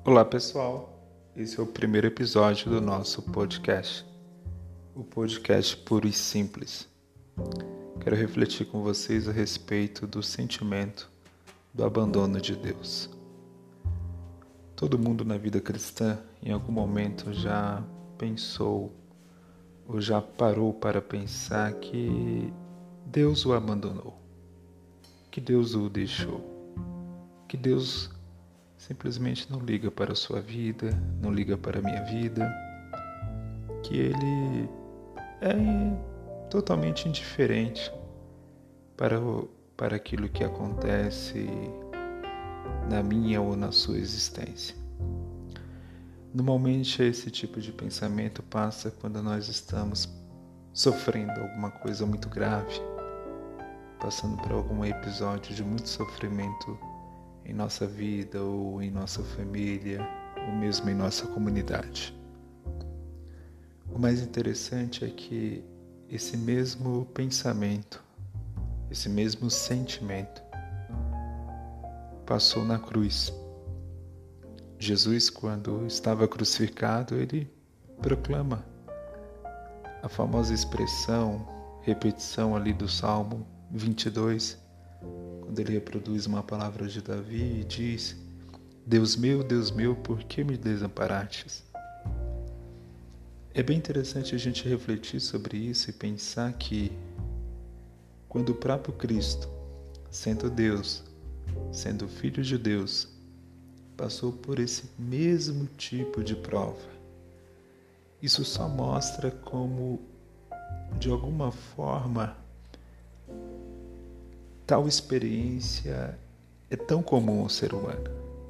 Olá pessoal, esse é o primeiro episódio do nosso podcast, o podcast puro e simples. Quero refletir com vocês a respeito do sentimento do abandono de Deus. Todo mundo na vida cristã em algum momento já pensou ou já parou para pensar que Deus o abandonou, que Deus o deixou, que Deus simplesmente não liga para a sua vida, não liga para a minha vida, que Ele é totalmente indiferente para aquilo que acontece na minha ou na sua existência. Normalmente esse tipo de pensamento passa quando nós estamos sofrendo alguma coisa muito grave, passando por algum episódio de muito sofrimento em nossa vida ou em nossa família ou mesmo em nossa comunidade. O mais interessante é que esse mesmo pensamento, esse mesmo sentimento passou na cruz. Jesus, quando estava crucificado, ele proclama a famosa expressão, repetição ali do Salmo 22, quando ele reproduz uma palavra de Davi e diz: Deus meu, por que me desamparastes? É bem interessante a gente refletir sobre isso e pensar que quando o próprio Cristo, sendo Deus, sendo Filho de Deus, passou por esse mesmo tipo de prova, isso só mostra como, de alguma forma, tal experiência é tão comum ao ser humano.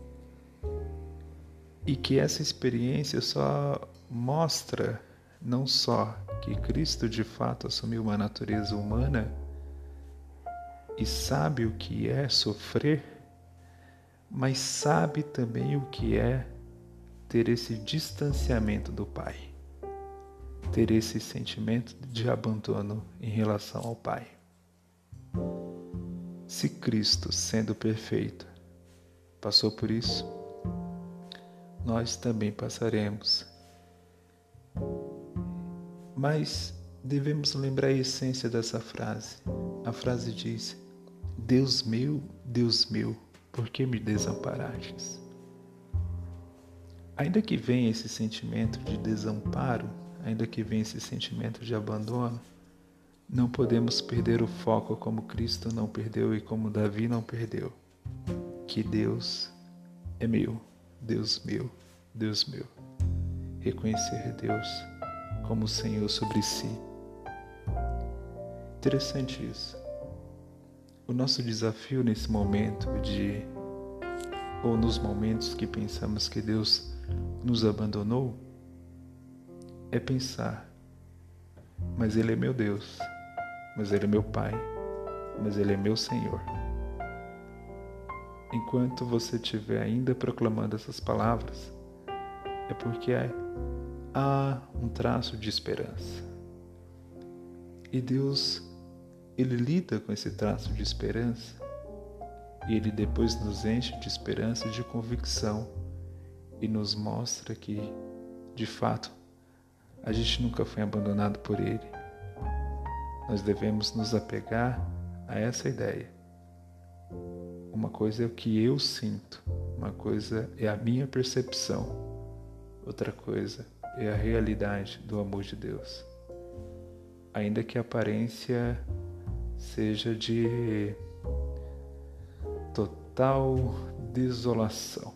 E que essa experiência só mostra não só que Cristo de fato assumiu uma natureza humana e sabe o que é sofrer, mas sabe também o que é ter esse distanciamento do Pai, ter esse sentimento de abandono em relação ao Pai. Se Cristo, sendo perfeito, passou por isso, nós também passaremos. Mas devemos lembrar a essência dessa frase. A frase diz: Deus meu, por que me desamparastes? Ainda que venha esse sentimento de desamparo, ainda que venha esse sentimento de abandono, não podemos perder o foco como Cristo não perdeu e como Davi não perdeu. Que Deus é meu, Deus meu, Deus meu. Reconhecer Deus como Senhor sobre si. Interessante isso. O nosso desafio nesse momento ou nos momentos que pensamos que Deus nos abandonou, é pensar: mas Ele é meu Deus, mas Ele é meu Pai, mas Ele é meu Senhor. Enquanto você estiver ainda proclamando essas palavras, é porque há um traço de esperança. E Deus, Ele lida com esse traço de esperança e Ele depois nos enche de esperança e de convicção e nos mostra que, de fato, a gente nunca foi abandonado por Ele. Nós devemos nos apegar a essa ideia. Uma coisa é o que eu sinto, uma coisa é a minha percepção, outra coisa é a realidade do amor de Deus. Ainda que a aparência seja de total desolação,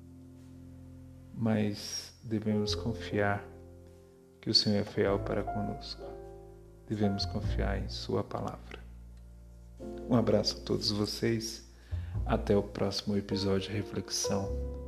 mas devemos confiar que o Senhor é fiel para conosco. Devemos confiar em Sua palavra. Um abraço a todos vocês. Até o próximo episódio de reflexão.